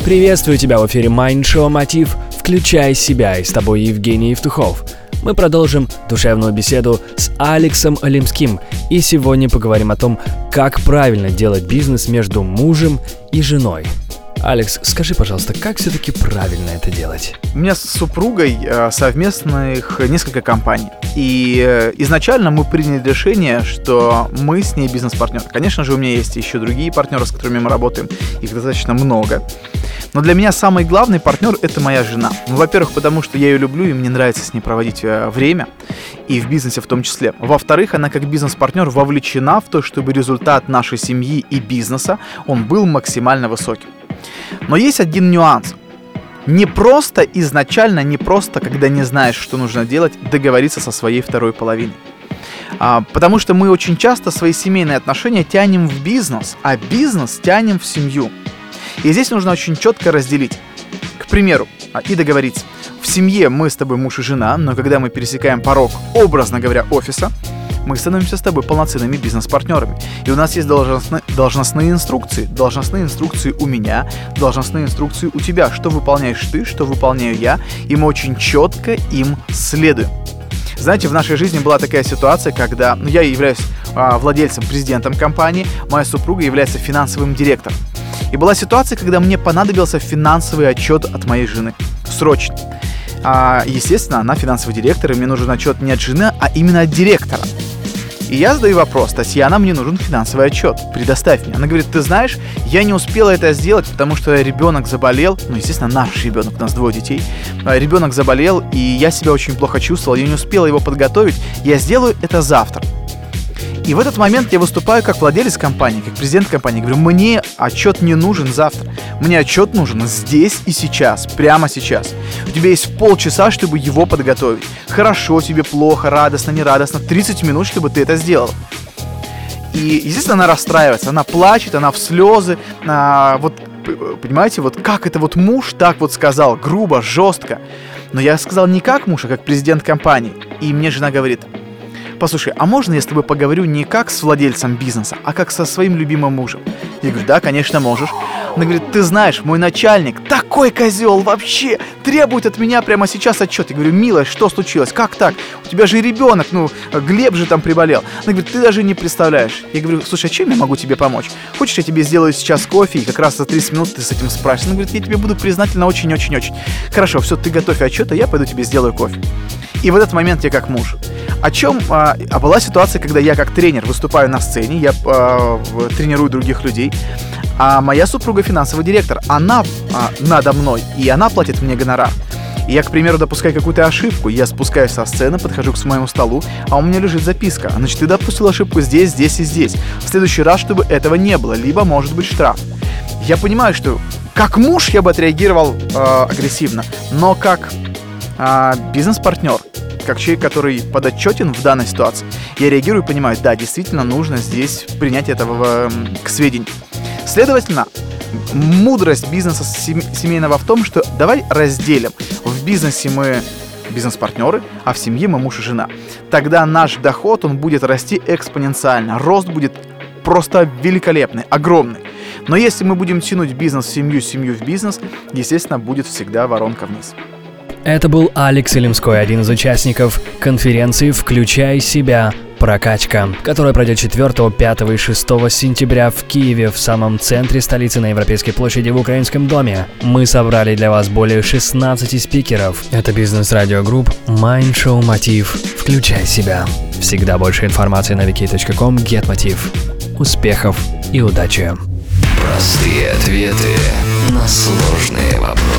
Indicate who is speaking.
Speaker 1: Приветствую тебя в эфире Mind Show Мотив «Включай себя» и с тобой Евгений Евтухов. Мы продолжим душевную беседу с Алексом Олимским и сегодня поговорим о том, как правильно делать бизнес между мужем и женой. Алекс, скажи, пожалуйста, как все-таки правильно это делать?
Speaker 2: У меня с супругой совместных несколько компаний. И изначально мы приняли решение, что мы с ней бизнес-партнеры. Конечно же, у меня есть еще другие партнеры, с которыми мы работаем. Их достаточно много. Но для меня самый главный партнер – это моя жена. Во-первых, потому что я ее люблю, и мне нравится с ней проводить время. И в бизнесе в том числе. Во-вторых, она как бизнес-партнер вовлечена в то, чтобы результат нашей семьи и бизнеса, он был максимально высоким. Но есть один нюанс. Не просто, когда не знаешь, что нужно делать, договориться со своей второй половиной. Потому что мы очень часто свои семейные отношения тянем в бизнес, а бизнес тянем в семью. И здесь нужно очень четко разделить. К примеру, и договориться. В семье мы с тобой муж и жена, но когда мы пересекаем порог, образно говоря, офиса, мы становимся с тобой полноценными бизнес-партнерами. И у нас есть должностные инструкции. Должностные инструкции у меня, должностные инструкции у тебя. Что выполняешь ты, что выполняю я. И мы очень четко им следуем. Знаете, в нашей жизни была такая ситуация, когда я являюсь владельцем, президентом компании, моя супруга является финансовым директором. И была ситуация, когда мне понадобился финансовый отчет от моей жены. Срочно. Естественно, она финансовый директор, и мне нужен отчет не от жены, а именно от директора. И я задаю вопрос: Татьяна, мне нужен финансовый отчет, предоставь мне. Она говорит: ты знаешь, я не успела это сделать, потому что ребенок заболел, естественно, наш ребенок, у нас 2 детей, ребенок заболел, и я себя очень плохо чувствовал, я не успела его подготовить, я сделаю это завтра. И в этот момент я выступаю как владелец компании, как президент компании. Говорю: мне отчет не нужен завтра. Мне отчет нужен здесь и сейчас, прямо сейчас. У тебя есть полчаса, чтобы его подготовить. Хорошо, тебе плохо, радостно, нерадостно. 30 минут, чтобы ты это сделал. И, естественно, она расстраивается, она плачет, она в слезы. Понимаете, как это муж так сказал, грубо, жестко. Но я сказал не как муж, а как президент компании. И мне жена говорит: послушай, а можно я с тобой поговорю не как с владельцем бизнеса, а как со своим любимым мужем? Я говорю: да, конечно, можешь. Она говорит: ты знаешь, мой начальник такой козел, вообще требует от меня прямо сейчас отчет. Я говорю: милая, что случилось? Как так? У тебя же ребенок, Глеб же там приболел. Она говорит: ты даже не представляешь. Я говорю: слушай, а чем я могу тебе помочь? Хочешь, я тебе сделаю сейчас кофе, и как раз за 30 минут ты с этим справишься? Она говорит: я тебе буду признательна очень-очень-очень. Хорошо, все, ты готовь отчет, а я пойду тебе сделаю кофе. И в этот момент я как муж. Была ситуация, когда я как тренер выступаю на сцене, я тренирую других людей, а моя супруга финансовый директор, она надо мной, и она платит мне гонорар. И я, к примеру, допускаю какую-то ошибку, я спускаюсь со сцены, подхожу к своему столу, а у меня лежит записка: значит, ты допустил ошибку здесь, здесь и здесь. В следующий раз, чтобы этого не было, либо может быть штраф. Я понимаю, что как муж я бы отреагировал агрессивно, но как бизнес-партнер, как человек, который подотчетен в данной ситуации, я реагирую и понимаю: да, действительно нужно здесь принять этого к сведению. Следовательно, мудрость бизнеса семейного в том, что давай разделим. В бизнесе мы бизнес-партнеры, а в семье мы муж и жена. Тогда наш доход, он будет расти экспоненциально. Рост будет просто великолепный, огромный. Но если мы будем тянуть бизнес в семью, семью в бизнес, естественно, будет всегда воронка вниз.
Speaker 1: Это был Алекс Олимской, один из участников конференции «Включай себя. Прокачка», которая пройдет 4, 5 и 6 сентября в Киеве, в самом центре столицы, на Европейской площади в Украинском доме. Мы собрали для вас более 16 спикеров. Это бизнес-радиогрупп Mind Show Мотив. Включай себя. Всегда больше информации на wiki.com GetMotiv. Успехов и удачи!
Speaker 3: Простые ответы на сложные вопросы.